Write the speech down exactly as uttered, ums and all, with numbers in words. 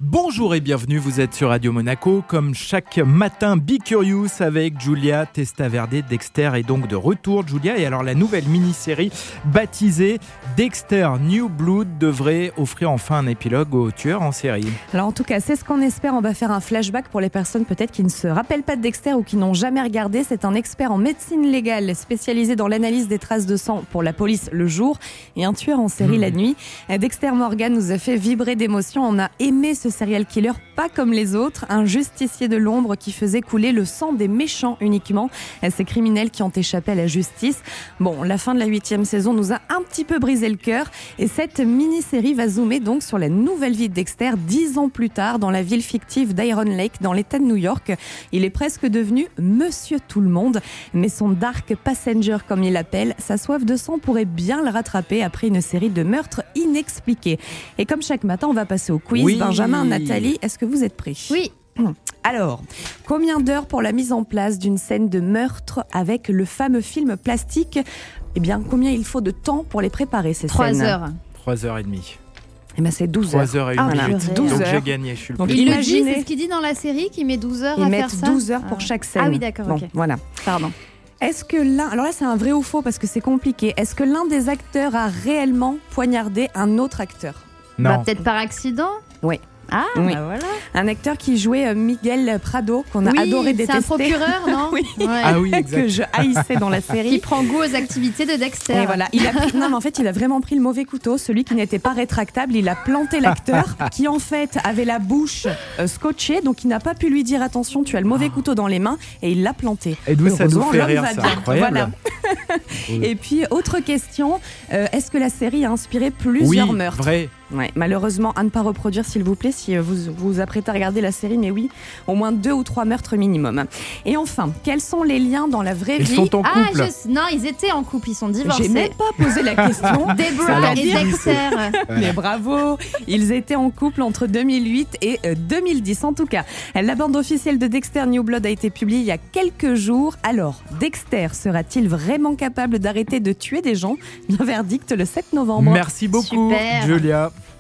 Bonjour et bienvenue, vous êtes sur Radio Monaco. Comme chaque matin, Be Curious avec Giulia Testaverde. Dexter est donc de retour, Giulia. Et alors la nouvelle mini-série baptisée Dexter New Blood devrait offrir enfin un épilogue au tueur en série. Alors en tout cas, c'est ce qu'on espère. On va faire un flashback pour les personnes peut-être qui ne se rappellent pas de Dexter ou qui n'ont jamais regardé. C'est un expert en médecine légale spécialisé dans l'analyse des traces de sang pour la police le jour et un tueur en série mmh. la nuit. Dexter Morgan nous a fait vibrer d'émotion. On a aimé ce serial killer pas comme les autres, un justicier de l'ombre qui faisait couler le sang des méchants uniquement, ces criminels qui ont échappé à la justice. Bon, la fin de la huitième saison nous a un petit peu brisé le cœur et cette mini-série va zoomer donc sur la nouvelle vie de Dexter dix ans plus tard dans la ville fictive d'Iron Lake dans l'état de New York. Il est presque devenu Monsieur Tout-le-Monde, mais son dark passenger comme il l'appelle, sa soif de sang pourrait bien le rattraper après une série de meurtres inexpliqués. Et comme chaque matin, on va passer au quiz. Oui. Benjamin, Nathalie, est-ce que vous êtes prêts ? Oui. Alors, combien d'heures pour la mise en place d'une scène de meurtre avec le fameux film plastique ? Eh bien, combien il faut de temps pour les préparer, ces Trois scènes ? heures. Trois heures et demie. Eh bien, c'est douze heures. Trois heures et une Ah, minute. voilà. douze Donc heures. j'ai gagné, je suis le Donc, plus. Il le dit, Imaginez- c'est ce qu'il dit dans la série, qu'il met douze heures Ils à mettent faire ça. douze heures pour Ah. chaque scène. Ah oui, d'accord, Bon, ok. voilà. Pardon. Est-ce que l'un... Alors là, c'est un vrai ou faux parce que c'est compliqué. Est-ce que l'un des acteurs a réellement poignardé un autre acteur ? Non. Bah, peut-être par accident. Oui. Ah, Oui. bah voilà. Un acteur qui jouait euh, Miguel Prado, qu'on a Oui, adoré c'est détester. un procureur, non Oui. Ouais. Ah oui, exact. que je haïssais dans la Qui série. prend goût aux activités de Dexter. Et voilà, il a pris- non mais en fait il a vraiment pris le mauvais couteau, celui qui n'était pas rétractable, il a planté l'acteur qui en fait avait la bouche euh, scotchée, donc il n'a pas pu lui dire attention tu as le mauvais couteau dans les mains et il l'a planté. Et d'où ça nous Heureusement, fait l'homme rire, va c'est bien. incroyable. Voilà. Et puis autre question, euh, est-ce que la série a inspiré plusieurs Oui, meurtres ? vrai. Ouais, malheureusement, à ne pas reproduire s'il vous plaît si vous vous vous apprêtez à regarder la série, mais oui, au moins deux ou trois meurtres minimum. Et enfin, quels sont les liens dans la vraie Ils vie ? sont en Ah, couple. je... non, ils étaient en couple, ils sont divorcés. J'ai même pas posé la question. Ça Deborah l'a et dit, Dexter. Mais bravo, ils étaient en couple entre deux mille huit et euh, deux mille dix. En tout cas, la bande officielle de Dexter New Blood a été publiée il y a quelques jours. Alors, Dexter sera-t-il vraiment capable d'arrêter de tuer des gens ? Bien verdict le sept novembre. Merci beaucoup, Super. Giulia.